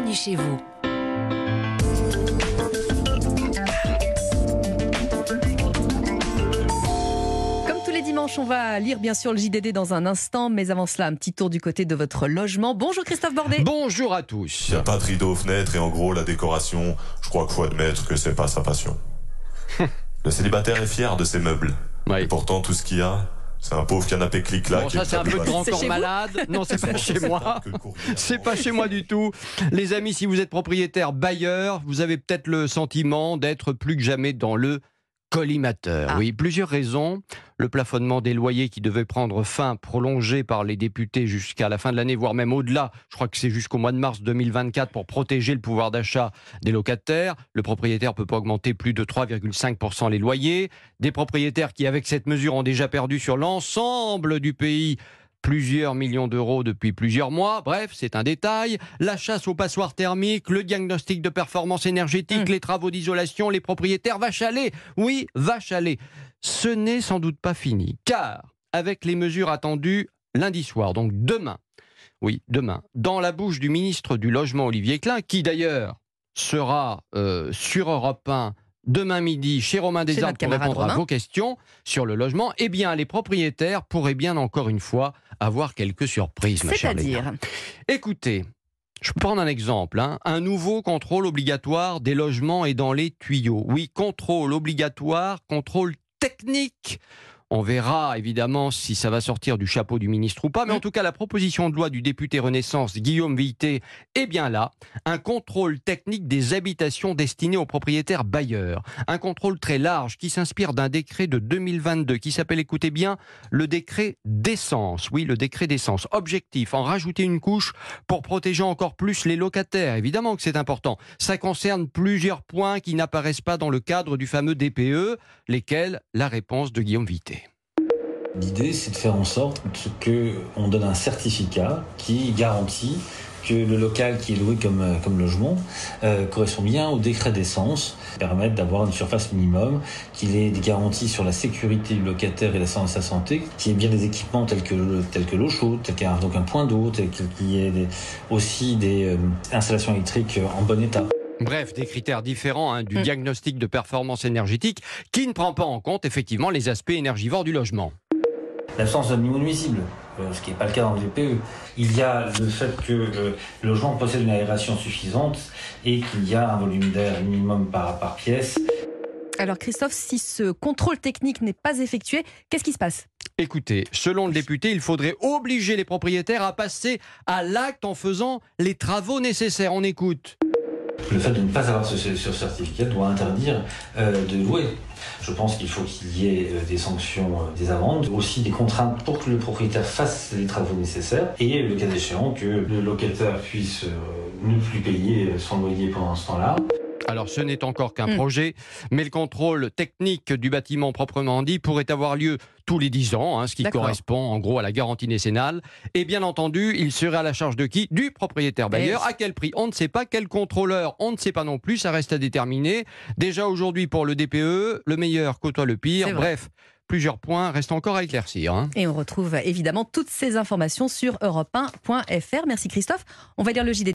bienvenue chez vous. Comme tous les dimanches, on va lire bien sûr le JDD dans un instant, mais avant cela, un petit tour du côté de votre logement. Bonjour Christophe Bordet. Bonjour à tous. Il n'y a pas de rideau aux fenêtres et en gros la décoration, je crois qu'il faut admettre que c'est pas sa passion. Le célibataire est fier de ses meubles. Oui. Et pourtant tout ce qu'il y a, c'est un pauvre canapé clic-clac. Bon, ça c'est un peu de grand C'est corps chez vous malade. Non, c'est pas chez moi. C'est pas chez moi du tout. Les amis, si vous êtes propriétaire bailleur, vous avez peut-être le sentiment d'être plus que jamais dans le collimateur. Oui, plusieurs raisons. Le plafonnement des loyers qui devait prendre fin, prolongé par les députés jusqu'à la fin de l'année, voire même au-delà. Je crois que c'est jusqu'au mois de mars 2024 pour protéger le pouvoir d'achat des locataires. Le propriétaire ne peut pas augmenter plus de 3,5% les loyers. Des propriétaires qui, avec cette mesure, ont déjà perdu sur l'ensemble du pays plusieurs millions d'euros depuis plusieurs mois. Bref, c'est un détail. La chasse aux passoires thermiques, le diagnostic de performance énergétique, les travaux d'isolation, les propriétaires, vache à lait. Oui, vache à lait. Ce n'est sans doute pas fini, car avec les mesures attendues lundi soir, donc demain, dans la bouche du ministre du Logement Olivier Klein, qui d'ailleurs sera sur Europe 1 demain midi chez Romain Desarmes pour répondre à vos questions sur le logement, eh bien les propriétaires pourraient bien encore une fois avoir quelques surprises, ma chère Léna. C'est-à-dire ? Écoutez, je peux prendre un exemple. Un nouveau contrôle obligatoire des logements est dans les tuyaux. Oui, contrôle obligatoire, contrôle technique. On verra évidemment si ça va sortir du chapeau du ministre ou pas, mais en tout cas la proposition de loi du député Renaissance Guillaume Vuilletet est bien là. Un contrôle technique des habitations destinées aux propriétaires bailleurs. Un contrôle très large qui s'inspire d'un décret de 2022 qui s'appelle, écoutez bien, le décret d'essence. Oui, le décret d'essence. Objectif, en rajouter une couche pour protéger encore plus les locataires. Évidemment que c'est important. Ça concerne plusieurs points qui n'apparaissent pas dans le cadre du fameux DPE, lesquels la réponse de Guillaume Vuilletet. L'idée, c'est de faire en sorte qu'on donne un certificat qui garantit que le local qui est loué comme logement correspond bien au décret d'essence, permettre d'avoir une surface minimum, qu'il ait des garanties sur la sécurité du locataire et sa santé, qu'il y ait bien des équipements tels que l'eau chaude, tel qu'un point d'eau, qu'il y ait aussi des installations électriques en bon état. Bref, des critères différents du diagnostic de performance énergétique qui ne prend pas en compte effectivement les aspects énergivores du logement. L'absence d'animaux nuisibles, ce qui n'est pas le cas dans le DPE. Il y a le fait que le logement possède une aération suffisante et qu'il y a un volume d'air minimum par pièce. Alors Christophe, si ce contrôle technique n'est pas effectué, qu'est-ce qui se passe ? Écoutez, selon le député, il faudrait obliger les propriétaires à passer à l'acte en faisant les travaux nécessaires. On écoute. Le fait de ne pas avoir ce certificat doit interdire de louer. Je pense qu'il faut qu'il y ait des sanctions, des amendes, aussi des contraintes pour que le propriétaire fasse les travaux nécessaires et, le cas échéant, que le locataire puisse ne plus payer son loyer pendant ce temps-là. Alors, ce n'est encore qu'un projet, mais le contrôle technique du bâtiment proprement dit pourrait avoir lieu tous les 10 ans, ce qui correspond en gros à la garantie décennale. Et bien entendu, il serait à la charge de qui ? Du propriétaire bailleur. À quel prix ? On ne sait pas. Quel contrôleur ? On ne sait pas non plus. Ça reste à déterminer. Déjà aujourd'hui pour le DPE, le meilleur côtoie le pire. Bref, plusieurs points restent encore à éclaircir. Et on retrouve évidemment toutes ces informations sur europe1.fr. Merci Christophe. On va lire le JDD.